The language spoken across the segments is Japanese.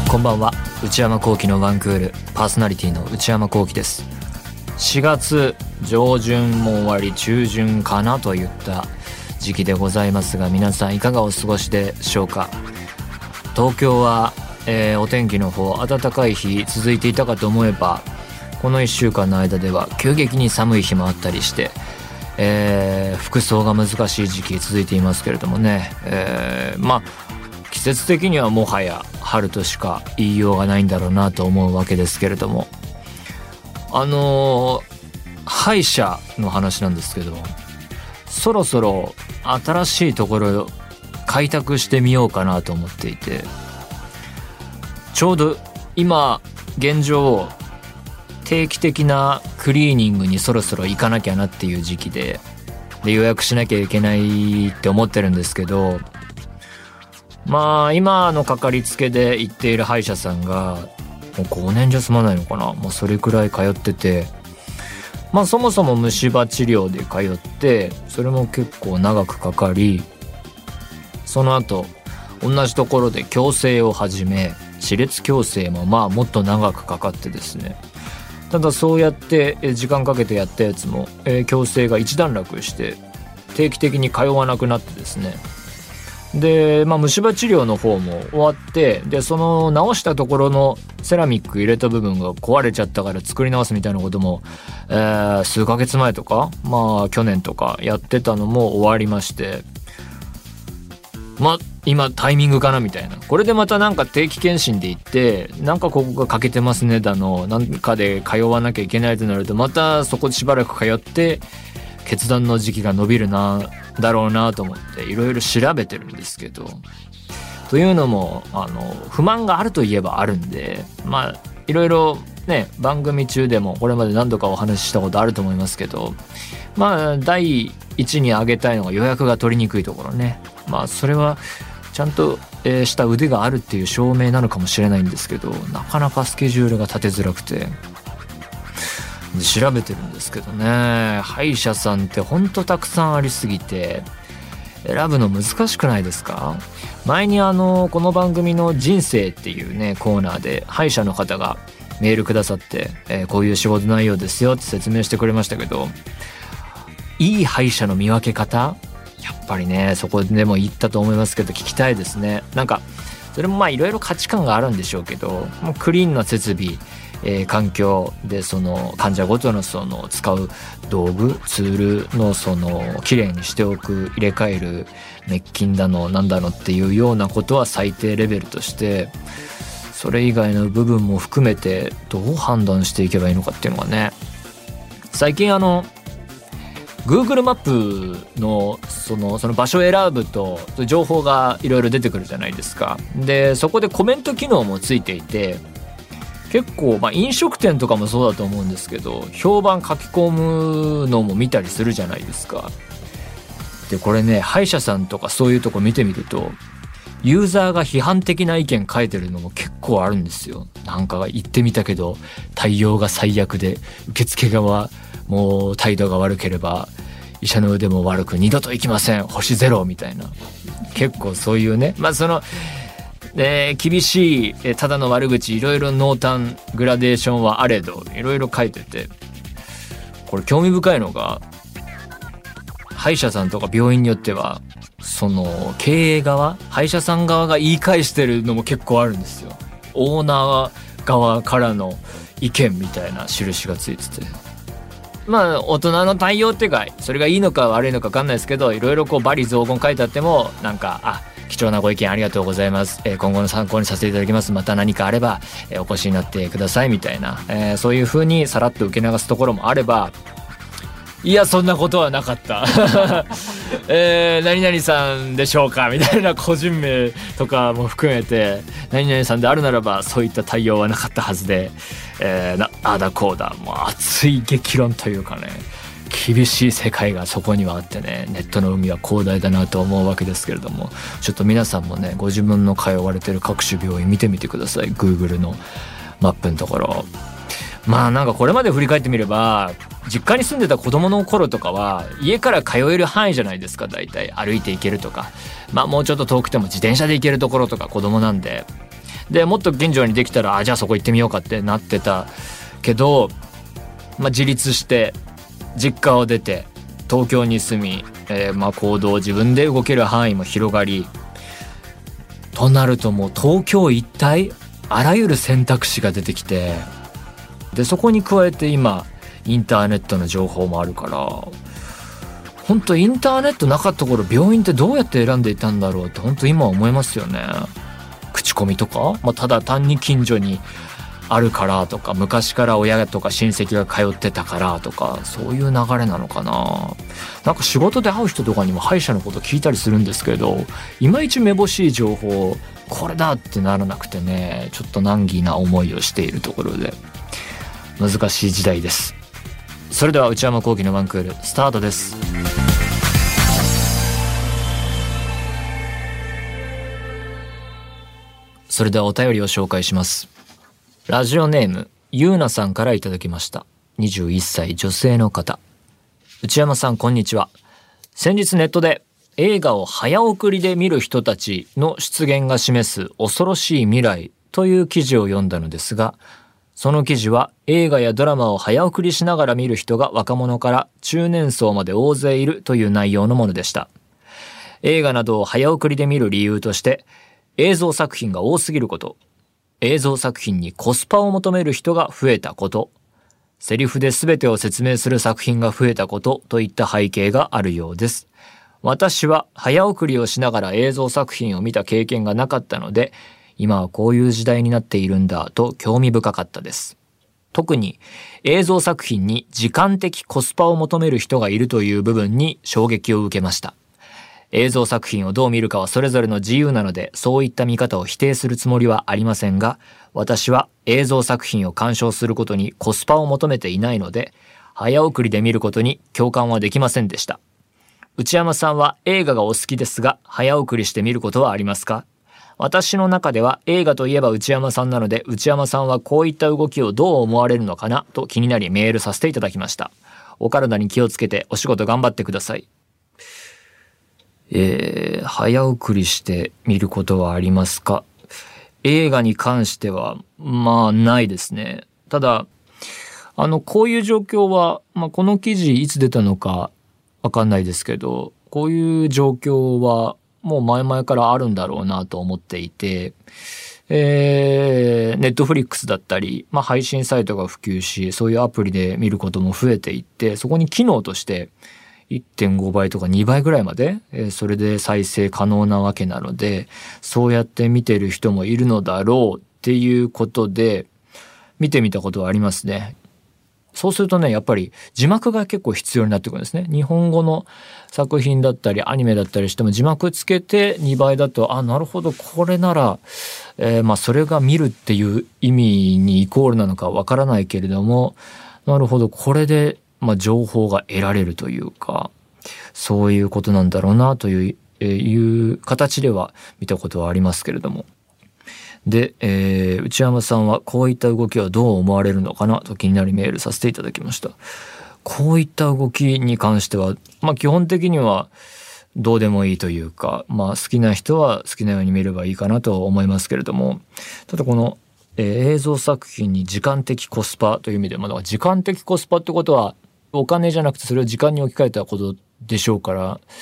こんばんは。内山聖輝のワンクールパーソナリティの内山聖輝です。4月上旬も終わり中旬かなといった時期でございますが、皆さんいかがお過ごしでしょうか。東京は、お天気の方暖かい日続いていたかと思えば、この1週間の間では急激に寒い日もあったりして、服装が難しい時期続いていますけれどもね、季節的にはもはや春としか言いようがないんだろうなと思うわけですけれども、歯医者の話なんですけど、そろそろ新しいところを開拓してみようかなと思っていて、ちょうど今現状定期的なクリーニングにそろそろ行かなきゃなっていう時期で予約しなきゃいけないって思ってるんですけど、今のかかりつけで行っている歯医者さんがもう5年じゃ済まないのかな、もうそれくらい通ってて、そもそも虫歯治療で通って、それも結構長くかかり、その後同じところで矯正を始め、歯列矯正ももっと長くかかってですね、ただそうやって時間かけてやったやつも矯正が一段落して定期的に通わなくなってですね、で、虫歯治療の方も終わって、でその直したところのセラミック入れた部分が壊れちゃったから作り直すみたいなことも、数ヶ月前とか去年とかやってたのも終わりまして、今タイミングかなみたいな。これでまたなんか定期検診で行って、なんかここが欠けてますねだのなんかで通わなきゃいけないとなると、またそこでしばらく通って決断の時期が伸びるだろうなと思っていろいろ調べてるんですけど、というのも不満があるといえばあるんで、いろいろね、番組中でもこれまで何度かお話ししたことあると思いますけど、第一に挙げたいのが予約が取りにくいところね。それはちゃんとした腕があるっていう証明なのかもしれないんですけど、なかなかスケジュールが立てづらくて調べてるんですけどね、歯医者さんってほんとたくさんありすぎて選ぶの難しくないですか。前にこの番組の人生っていうねコーナーで歯医者の方がメールくださって、こういう仕事内容ですよって説明してくれましたけど、いい歯医者の見分け方、やっぱりねそこでも言ったと思いますけど聞きたいですね。なんかそれもいろいろ価値観があるんでしょうけど、もうクリーンな設備、環境でその患者ごとのその使う道具ツールのそのきれいにしておく、入れ替える滅菌だのなんだのっていうようなことは最低レベルとして、それ以外の部分も含めてどう判断していけばいいのかっていうのがね、最近Google マップのその場所を選ぶと情報がいろいろ出てくるじゃないですか。でそこでコメント機能もついていて、結構飲食店とかもそうだと思うんですけど、評判書き込むのも見たりするじゃないですか。でこれね、歯医者さんとかそういうとこ見てみるとユーザーが批判的な意見書いてるのも結構あるんですよ。なんか行ってみたけど対応が最悪で、受付側もう態度が悪ければ医者の腕も悪く二度と行きません星0みたいな、結構そういうね、厳しいただの悪口いろいろ濃淡グラデーションはあれどいろいろ書いてて、これ興味深いのが歯医者さんとか病院によってはその経営側、歯医者さん側が言い返してるのも結構あるんですよ。オーナー側からの意見みたいな印がついてて、大人の対応っていうか、それがいいのか悪いのか分かんないですけど、いろいろ罵詈雑言書いてあってもなんか貴重なご意見ありがとうございます、今後の参考にさせていただきます、また何かあれば、お越しになってくださいみたいな、そういう風にさらっと受け流すところもあれば、いやそんなことはなかった何々さんでしょうかみたいな個人名とかも含めて、何々さんであるならばそういった対応はなかったはずで、あだこうだ、もう熱い激論というかね、厳しい世界がそこにはあってね、ネットの海は広大だなと思うわけですけれども、ちょっと皆さんもねご自分の通われてる各種病院見てみてください。 Google のマップのところ、なんかこれまで振り返ってみれば、実家に住んでた子供の頃とかは家から通える範囲じゃないですか。だいたい歩いて行けるとか、もうちょっと遠くても自転車で行けるところとか子供なんで、 でもっと近所にできたらじゃあそこ行ってみようかってなってたけど、自立して実家を出て東京に住み、行動自分で動ける範囲も広がりとなると、もう東京一帯あらゆる選択肢が出てきて、でそこに加えて今インターネットの情報もあるから、本当インターネットなかった頃病院ってどうやって選んでいたんだろうって本当今思いますよね。口コミとか、ただ単に近所にあるからとか、昔から親とか親戚が通ってたからとか、そういう流れなのかな。なんか仕事で会う人とかにも歯医者のこと聞いたりするんですけど、いまいちめぼしい情報これだってならなくてね、ちょっと難儀な思いをしているところで難しい時代です。それでは内山聖輝のワンクールスタートです。それではお便りを紹介します。ラジオネームゆうなさんからいただきました。21歳女性の方。内山さんこんにちは。先日ネットで映画を早送りで見る人たちの出現が示す恐ろしい未来という記事を読んだのですが、その記事は映画やドラマを早送りしながら見る人が若者から中年層まで大勢いるという内容のものでした。映画などを早送りで見る理由として、映像作品が多すぎること、映像作品にコスパを求める人が増えたこと、セリフで全てを説明する作品が増えたことといった背景があるようです。私は早送りをしながら映像作品を見た経験がなかったので、今はこういう時代になっているんだと興味深かったです。特に映像作品に時間的コスパを求める人がいるという部分に衝撃を受けました。映像作品をどう見るかはそれぞれの自由なので、そういった見方を否定するつもりはありませんが、私は映像作品を鑑賞することにコスパを求めていないので、早送りで見ることに共感はできませんでした。内山さんは映画がお好きですが、早送りして見ることはありますか？私の中では映画といえば内山さんなので、内山さんはこういった動きをどう思われるのかなと気になりメールさせていただきました。お体に気をつけてお仕事頑張ってください。早送りして見ることはありますか？映画に関してはないですね。ただこういう状況は、この記事いつ出たのかわかんないですけど、こういう状況はもう前々からあるんだろうなと思っていて、ネットフリックスだったり、配信サイトが普及し、そういうアプリで見ることも増えていって、そこに機能として1.5 倍とか2倍ぐらいまで、それで再生可能なわけなので、そうやって見てる人もいるのだろうっていうことで見てみたことはありますね。そうするとね、やっぱり字幕が結構必要になってくるんですね。日本語の作品だったりアニメだったりしても字幕つけて2倍だと、なるほどこれなら、それが見るっていう意味にイコールなのかわからないけれども、なるほどこれで情報が得られるというか、そういうことなんだろうなという形では見たことはありますけれども。で、内山さんはこういった動きはどう思われるのかなと気になりメールさせていただきました。こういった動きに関しては、基本的にはどうでもいいというか、好きな人は好きなように見ればいいかなと思いますけれども、ただこの映像作品に時間的コスパという意味で、時間的コスパってことはお金じゃなくてそれを時間に置き換えたことでしょうから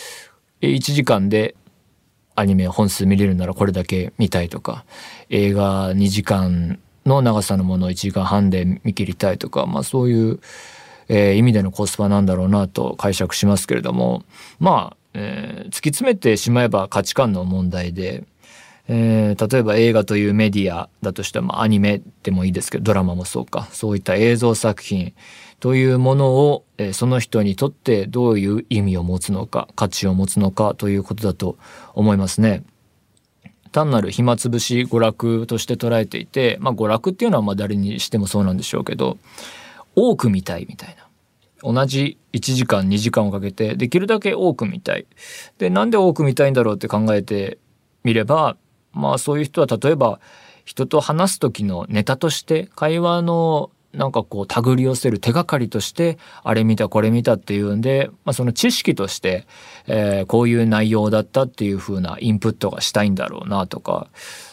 、1時間でアニメ本数見れるならこれだけ見たいとか、映画2時間の長さのものを1時間半で見切りたいとか、そういう、意味でのコスパなんだろうなと解釈しますけれども、突き詰めてしまえば価値観の問題で、例えば映画というメディアだとしてもアニメでもいいですけど、ドラマもそうか、そういった映像作品というものを、その人にとってどういう意味を持つのか、価値を持つのかということだと思いますね。単なる暇つぶし娯楽として捉えていて、娯楽っていうのは誰にしてもそうなんでしょうけど、多く見たいみたいな、同じ1時間2時間をかけてできるだけ多く見たい。で、なんで多く見たいんだろうって考えてみれば、そういう人は例えば人と話す時のネタとして会話の手繰り寄せる手がかりとしてあれ見たこれ見たっていうんで、その知識として、こういう内容だったっていう風なインプットがしたいんだろうなとか、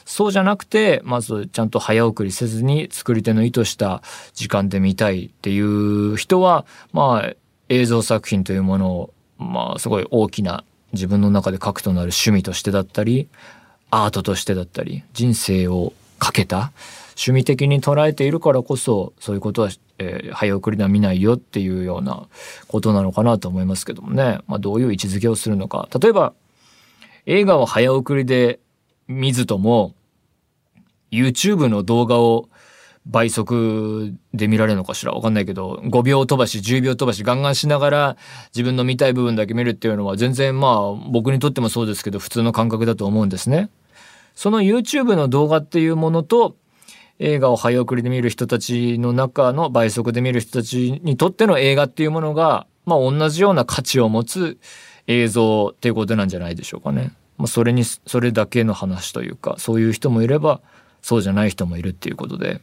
そうじゃなくてまずちゃんと早送りせずに作り手の意図した時間で見たいっていう人は映像作品というものをすごい大きな自分の中で核となる趣味としてだったりアートとしてだったり人生をかけた趣味的に捉えているからこそそういうことは、早送りでは見ないよっていうようなことなのかなと思いますけどもね。どういう位置づけをするのか。例えば映画を早送りで見ずとも YouTube の動画を倍速で見られるのかしらわかんないけど5秒飛ばし10秒飛ばしガンガンしながら自分の見たい部分だけ見るっていうのは全然僕にとってもそうですけど普通の感覚だと思うんですね。その YouTube の動画っていうものと映画を早送りで見る人たちの中の倍速で見る人たちにとっての映画っていうものが同じような価値を持つ映像っていうことなんじゃないでしょうかね。それだけの話というかそういう人もいればそうじゃない人もいるっていうことで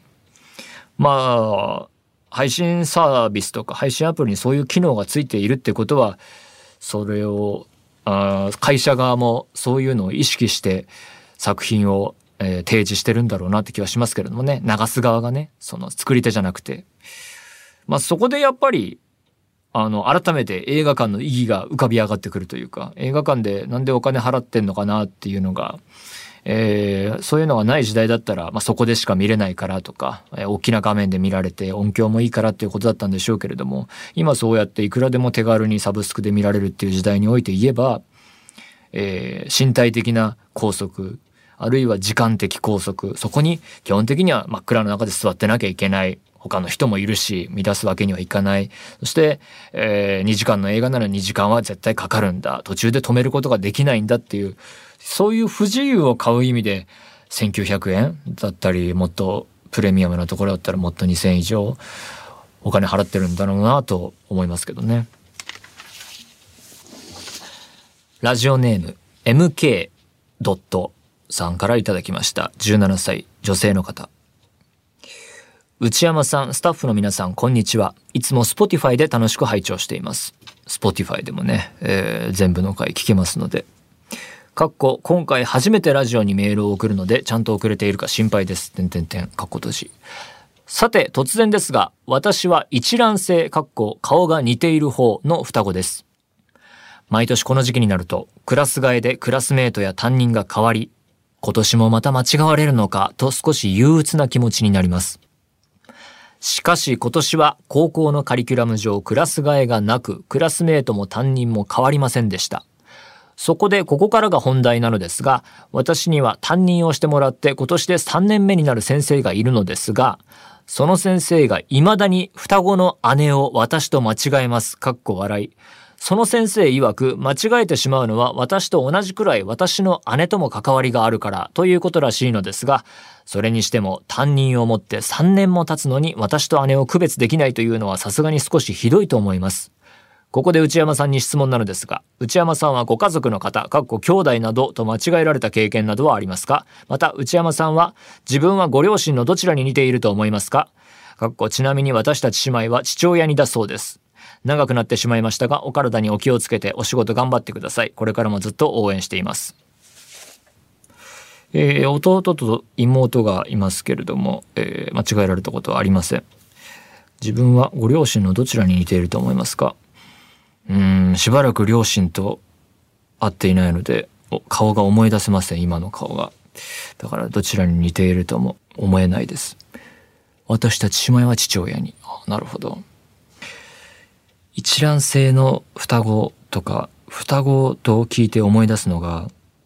配信サービスとか配信アプリにそういう機能がついているってことはそれを会社側もそういうのを意識して作品を提示してるんだろうなって気はしますけれどもね。流す側がねその作り手じゃなくてそこでやっぱり改めて映画館の意義が浮かび上がってくるというか映画館でなんでお金払ってんのかなっていうのがそういうのがない時代だったら、そこでしか見れないからとか、大きな画面で見られて音響もいいからっていうことだったんでしょうけれども今そうやっていくらでも手軽にサブスクで見られるっていう時代において言えば、身体的な拘束あるいは時間的拘束そこに基本的には真っ暗の中で座ってなきゃいけない他の人もいるし乱すわけにはいかないそして、2時間の映画なら2時間は絶対かかるんだ途中で止めることができないんだっていうそういう不自由を買う意味で1900円だったりもっとプレミアムなところだったらもっと2000円以上お金払ってるんだろうなと思いますけどね。ラジオネーム MK ドットさんからいただきました。17歳女性の方。内山さんスタッフの皆さんこんにちは。いつも Spotify で楽しく拝聴しています。 Spotify でもね、全部の回聞けますので今回初めてラジオにメールを送るのでちゃんと送れているか心配です。さて突然ですが私は一卵性顔が似ている方の双子です。毎年この時期になるとクラス替えでクラスメートや担任が変わり今年もまた間違われるのかと少し憂鬱な気持ちになります。しかし今年は高校のカリキュラム上クラス替えがなくクラスメートも担任も変わりませんでした。そこでここからが本題なのですが私には担任をしてもらって今年で3年目になる先生がいるのですがその先生が未だに双子の姉を私と間違えます。笑い。その先生曰く間違えてしまうのは私と同じくらい私の姉とも関わりがあるからということらしいのですがそれにしても担任を持って3年も経つのに私と姉を区別できないというのはさすがに少しひどいと思います。ここで内山さんに質問なのですが内山さんはご家族の方兄弟などと間違えられた経験などはありますか。また内山さんは自分はご両親のどちらに似ていると思いますか。ちなみに私たち姉妹は父親にだそうです。長くなってしまいましたがお体にお気をつけてお仕事頑張ってください。これからもずっと応援しています。弟と妹がいますけれども、間違えられたことはありません。自分はご両親のどちらに似ていると思いますか。しばらく両親と会っていないので顔が思い出せません。今の顔がだからどちらに似ているとも思えないです。私たち姉妹は父親に。なるほど。一卵性の双子とか双子と聞いて思い出すのが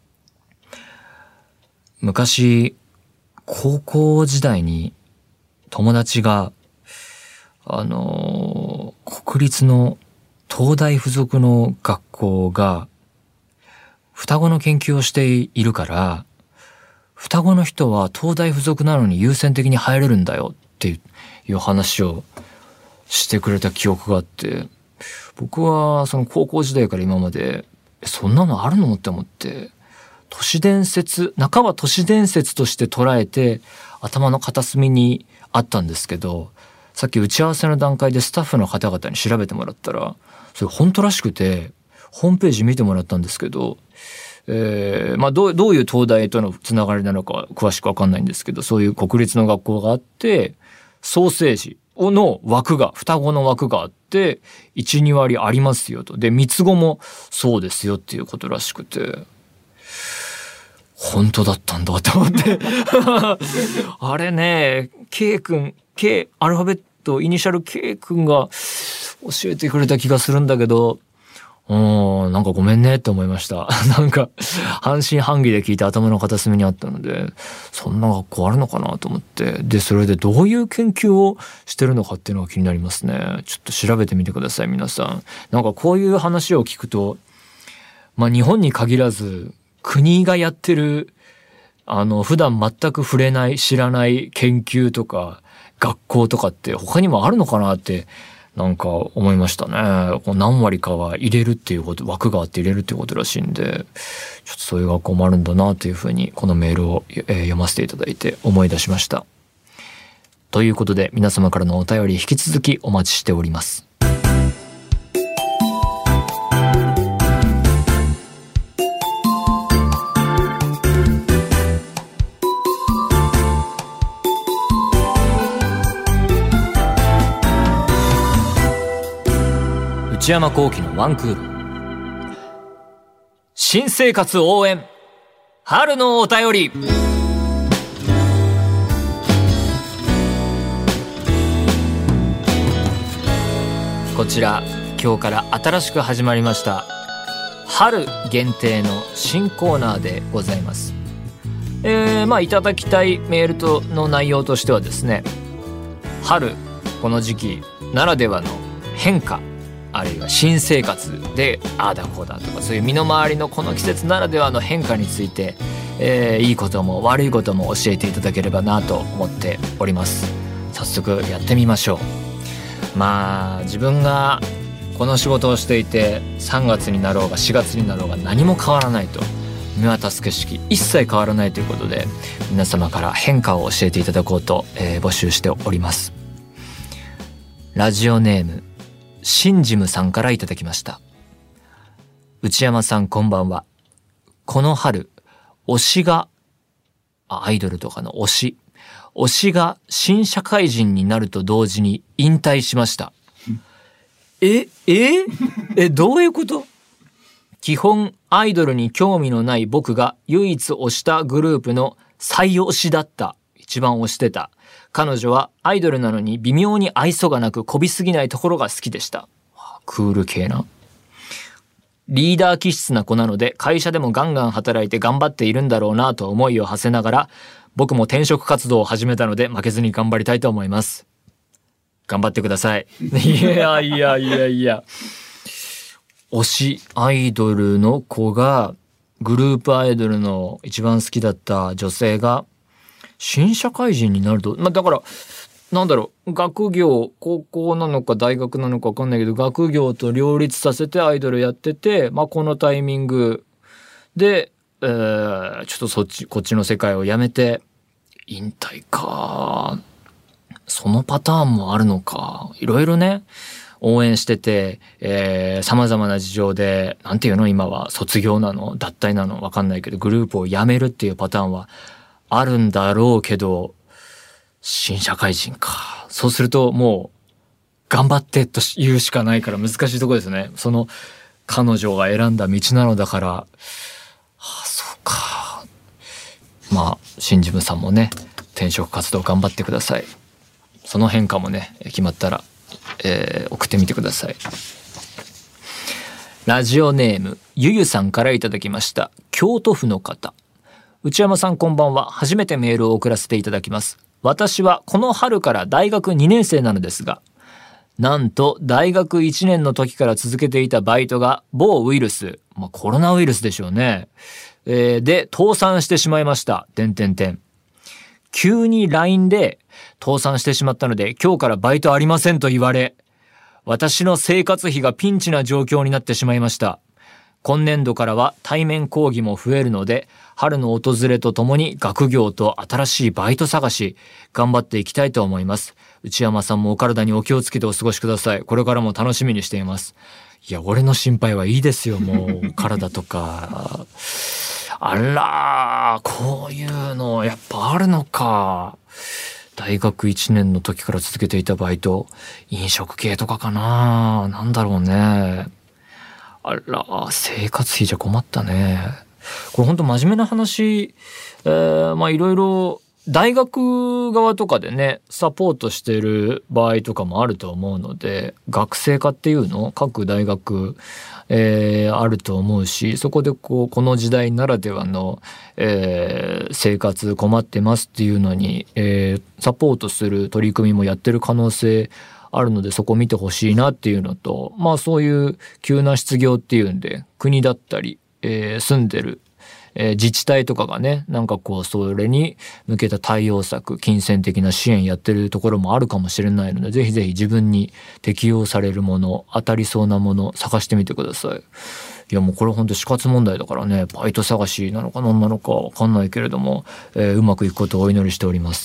昔高校時代に友達が国立の東大附属の学校が双子の研究をしているから双子の人は東大附属なのに優先的に入れるんだよっていう話をしてくれた記憶があって僕はその高校時代から今までそんなのあるのって思って都市伝説半ば都市伝説として捉えて頭の片隅にあったんですけどさっき打ち合わせの段階でスタッフの方々に調べてもらったらそれ本当らしくてホームページ見てもらったんですけどどういう東大とのつながりなのか詳しく分かんないんですけど、そういう国立の学校があって、ソーセージの枠が、双子の枠があって、1、2割ありますよと。で、三つ子もそうですよっていうことらしくて、本当だったんだと思って。あれね、K 君、アルファベット、イニシャル K 君が教えてくれた気がするんだけど、なんかごめんねって思いました。なんか半信半疑で聞いて頭の片隅にあったので、そんな学校あるのかなと思って、でそれでどういう研究をしてるのかっていうのが気になりますね。ちょっと調べてみてください皆さん。なんかこういう話を聞くと、日本に限らず国がやってる普段全く触れない知らない研究とか学校とかって他にもあるのかなってなんか思いましたね。何割かは入れるっていうこと、枠があって入れるっていうことらしいんで、ちょっとそういう学校もあるんだなというふうにこのメールを、読ませていただいて思い出しました。ということで皆様からのお便り引き続きお待ちしております。内山聖輝のワンクール。新生活応援春のお便り。こちら今日から新しく始まりました春限定の新コーナーでございます。いただきたいメールの内容としてはですね、春この時期ならではの変化、あるいは新生活でああだこうだとか、そういう身の回りのこの季節ならではの変化について、いいことも悪いことも教えていただければなと思っております。早速やってみましょう。自分がこの仕事をしていて3月になろうが4月になろうが何も変わらないと、見渡す景色一切変わらないということで、皆様から変化を教えていただこうと、募集しております。ラジオネームシンジムさんからいただきました。内山さんこんばんは。この春推しがアイドルとかの推しが新社会人になると同時に引退しました。どういうこと？基本アイドルに興味のない僕が唯一推したグループの最推しだった。一番推してた彼女はアイドルなのに微妙に愛想がなくこびすぎないところが好きでした。クール系な。リーダー気質な子なので会社でもガンガン働いて頑張っているんだろうなと思いを馳せながら、僕も転職活動を始めたので負けずに頑張りたいと思います。頑張ってください。いや推しアイドルの子が、グループアイドルの一番好きだった女性が新社会人になると、だから学業、高校なのか大学なのか分かんないけど、学業と両立させてアイドルやってて、このタイミングで、ちょっとこっちの世界をやめて引退か。そのパターンもあるのか。いろいろね、応援してて、様々な事情で、なんていうの今は卒業なの脱退なの分かんないけど、グループを辞めるっていうパターンはあるんだろうけど、新社会人か。そうするともう頑張ってと言うしかないから難しいところですね。その彼女が選んだ道なのだから、そうか。新事務さんもね、転職活動頑張ってください。その変化もね、決まったら、送ってみてください。ラジオネームゆゆさんからいただきました。京都府の方。内山さんこんばんは。初めてメールを送らせていただきます。私はこの春から大学2年生なのですが、なんと大学1年の時から続けていたバイトが某ウイルス、コロナウイルスでしょうね、で倒産してしまいました。急に LINE で倒産してしまったので今日からバイトありませんと言われ、私の生活費がピンチな状況になってしまいました。今年度からは対面講義も増えるので、春の訪れとともに学業と新しいバイト探し頑張っていきたいと思います。内山さんもお体にお気をつけてお過ごしください。これからも楽しみにしています。 いや、俺の心配はいいですよ、もう。体とか。あらー、こういうのやっぱあるのか。大学1年の時から続けていたバイト、飲食系とかかな。なんだろうね。あら、生活費じゃ困ったね。これほんと真面目な話、まあいろいろ大学側とかでね、サポートしてる場合とかもあると思うので、学生課っていうの各大学、あると思うし、そこでこの時代ならではの、生活困ってますっていうのに、サポートする取り組みもやってる可能性あるので、そこ見てほしいなっていうのと、まあそういう急な失業っていうんで、国だったり、住んでる自治体とかがね、なんかそれに向けた対応策、金銭的な支援やってるところもあるかもしれないので、ぜひぜひ自分に適用されるもの、当たりそうなもの探してみてください。いやもうこれ本当死活問題だからね、バイト探しなのか何なのかわかんないけれども、うまくいくことをお祈りしております。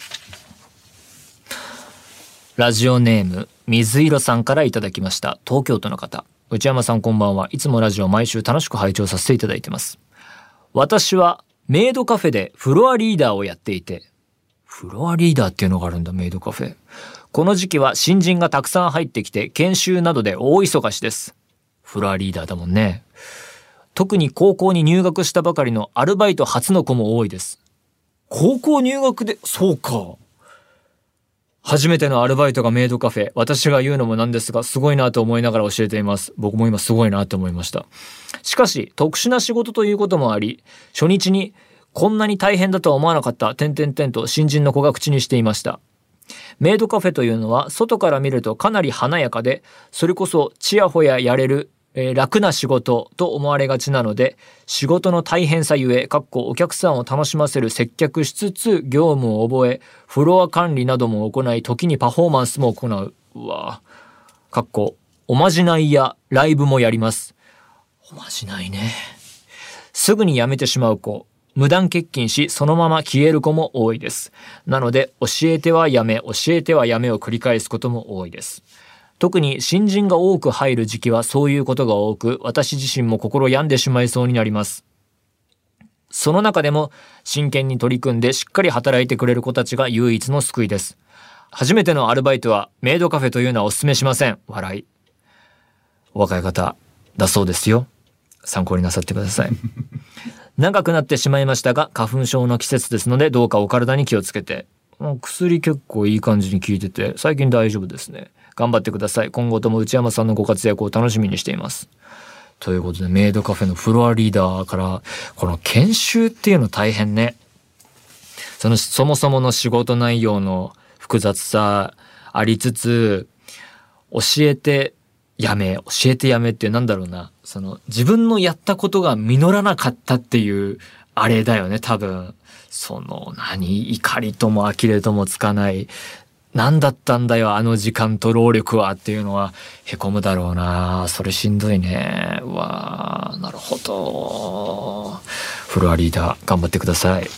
ラジオネーム水色さんからいただきました。東京都の方。内山さんこんばんは。いつもラジオ毎週楽しく拝聴させていただいてます。私はメイドカフェでフロアリーダーをやっていて、フロアリーダーっていうのがあるんだ、メイドカフェ。この時期は新人がたくさん入ってきて研修などで大忙しです。フロアリーダーだもんね。特に高校に入学したばかりのアルバイト初の子も多いです。高校入学で、そうか。初めてのアルバイトがメイドカフェ。私が言うのもなんですが、すごいなと思いながら教えています。僕も今すごいなと思いました。しかし、特殊な仕事ということもあり、初日にこんなに大変だとは思わなかった、と新人の子が口にしていました。メイドカフェというのは、外から見るとかなり華やかで、それこそちやほややれる、楽な仕事と思われがちなので、仕事の大変さゆえ、お客さんを楽しませる接客しつつ、業務を覚え、フロア管理なども行い、時にパフォーマンスも行う。うわおまじないやライブもやります。おまじないね。すぐに辞めてしまう子、無断欠勤し、そのまま消える子も多いです。なので、教えてはやめ、教えてはやめを繰り返すことも多いです。特に新人が多く入る時期はそういうことが多く、私自身も心病んでしまいそうになります。その中でも真剣に取り組んでしっかり働いてくれる子たちが唯一の救いです。初めてのアルバイトはメイドカフェというのはお勧めしません。笑い。お若い方だそうですよ。参考になさってください。長くなってしまいましたが、花粉症の季節ですので、どうかお体に気をつけて。薬結構いい感じに効いてて、最近大丈夫ですね。頑張ってください。今後とも内山さんのご活躍を楽しみにしています。ということで、メイドカフェのフロアリーダーから、この研修っていうの大変ね。そもそもの仕事内容の複雑さありつつ、教えてやめってなんだろうな。自分のやったことが実らなかったっていう、あれだよね、多分。怒りとも呆れともつかない。何だったんだよ、あの時間と労力はっていうのは、へこむだろうな。それしんどいね。うわー、なるほど。フロアリーダー、頑張ってください。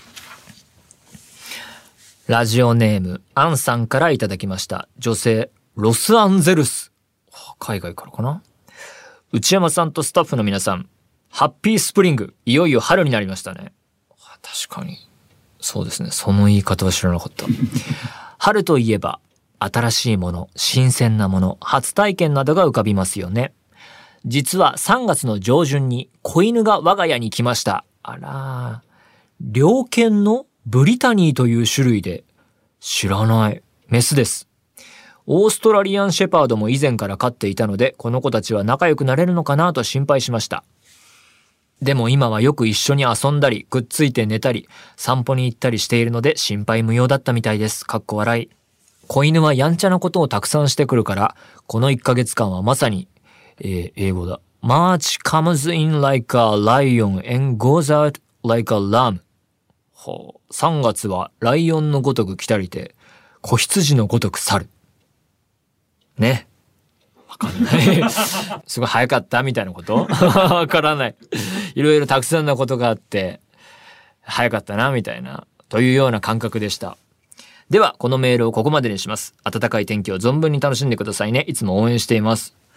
ラジオネーム、アンさんからいただきました。女性、ロスアンゼルス。海外からかな。内山さんとスタッフの皆さん、ハッピースプリング、いよいよ春になりましたね。確かに。そうですね。その言い方は知らなかった。春といえば、新しいもの、新鮮なもの、初体験などが浮かびますよね。実は3月の上旬に子犬が我が家に来ました。あらー。猟犬のブリタニーという種類で、知らない。メスです。オーストラリアンシェパードも以前から飼っていたので、この子たちは仲良くなれるのかなと心配しました。でも今はよく一緒に遊んだり、くっついて寝たり、散歩に行ったりしているので心配無用だったみたいです。笑い。子犬はやんちゃなことをたくさんしてくるから、この1ヶ月間はまさに、英語だ。March comes in like a lion and goes out like a lamb。3月はライオンのごとく来たりて、子羊のごとく去る。ね。わかんない。すごい早かったみたいなことわからない。いろいろたくさんのことがあって、早かったな、みたいな、というような感覚でした。では、このメールをここまでにします。暖かい天気を存分に楽しんでくださいね。いつも応援しています。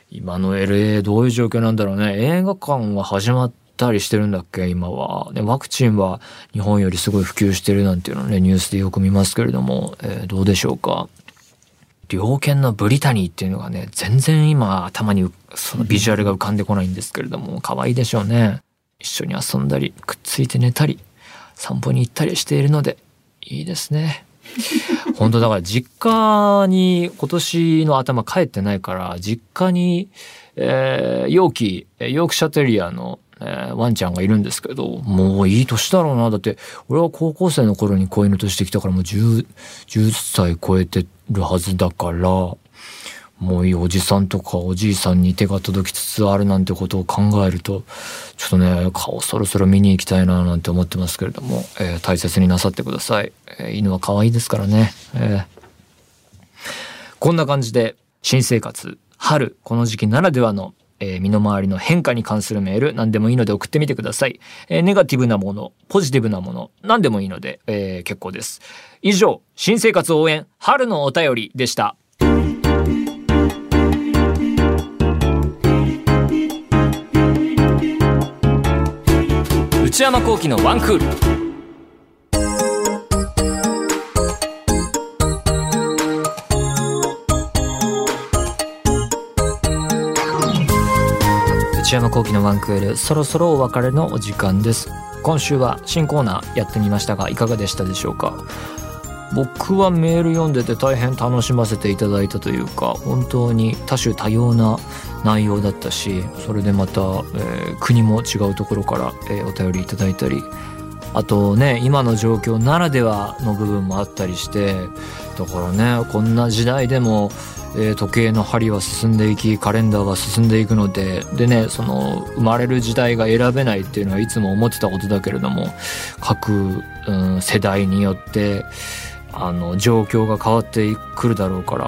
今の LA どういう状況なんだろうね。映画館は始まったりしてるんだっけ今は。で、ワクチンは日本よりすごい普及してるなんていうのをね、ニュースでよく見ますけれども、どうでしょうか。猟犬のブリタニーっていうのがね、全然今頭にそのビジュアルが浮かんでこないんですけれども、可愛いでしょうね。一緒に遊んだり、くっついて寝たり、散歩に行ったりしているので、いいですね。本当だから実家に今年の頭帰ってないから、実家に、ヨークシャテリアの、ワンちゃんがいるんですけど、もういい年だろうな。だって俺は高校生の頃に子犬としてきたからもう10歳超えてるはずだから、もういいおじさんとかおじいさんに手が届きつつあるなんてことを考えると、ちょっとね、顔そろそろ見に行きたいななんて思ってますけれども、大切になさってください。犬は可愛いですからね。こんな感じで新生活、春、この時期ならではの身の回りの変化に関するメール、何でもいいので送ってみてください。ネガティブなもの、ポジティブなもの、何でもいいので、結構です。以上、新生活応援春のお便りでした。内山聖輝のワンクール。内山聖輝のワンクール、そろそろお別れのお時間です。今週は新コーナーやってみましたが、いかがでしたでしょうか。僕はメール読んでて大変楽しませていただいたというか、本当に多種多様な内容だったし、それでまた、国も違うところから、お便りいただいたり、あとね、今の状況ならではの部分もあったりして、だからね、こんな時代でも、時計の針は進んでいき、カレンダーは進んでいくので、でね、その生まれる時代が選べないっていうのはいつも思ってたことだけれども、各、世代によって状況が変わってくるだろうから、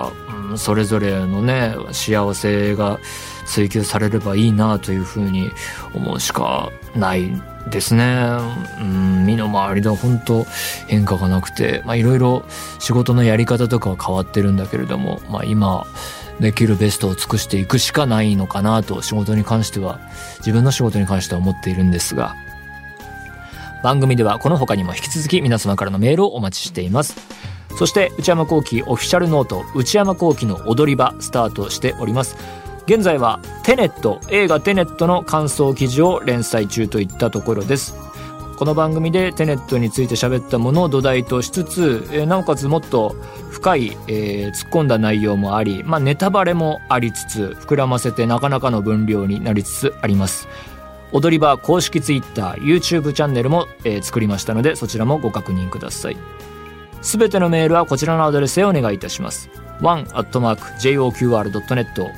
それぞれのね、幸せが追求されればいいなというふうに思うしかないですね。身の回りで本当変化がなくて、いろいろ仕事のやり方とかは変わってるんだけれども、今できるベストを尽くしていくしかないのかなと、仕事に関しては、自分の仕事に関しては思っているんですが、番組ではこの他にも引き続き皆様からのメールをお待ちしています。そして内山聖輝オフィシャルノート、内山聖輝の踊り場スタートしております。現在は映画テネットの感想記事を連載中といったところです。この番組でテネットについて喋ったものを土台としつつ、なおかつもっと深い、突っ込んだ内容もあり、ネタバレもありつつ、膨らませてなかなかの分量になりつつあります。踊り場公式 Twitter、YouTube チャンネルも、作りましたので、そちらもご確認ください。すべてのメールはこちらのアドレスへお願いいたします。one@joqr.net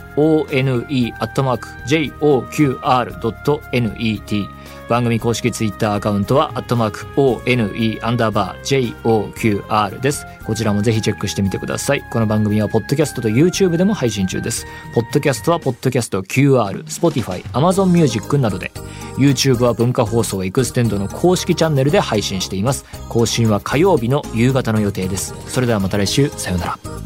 one@joqr.net 番組公式ツイッターアカウントは@one_joqr です。こちらもぜひチェックしてみてください。この番組はポッドキャストと YouTube でも配信中です。ポッドキャストはポッドキャスト QR、Spotify、Amazon Music などで、YouTube は文化放送エクステンドの公式チャンネルで配信しています。更新は火曜日の夕方の予定です。それではまた来週、さようなら。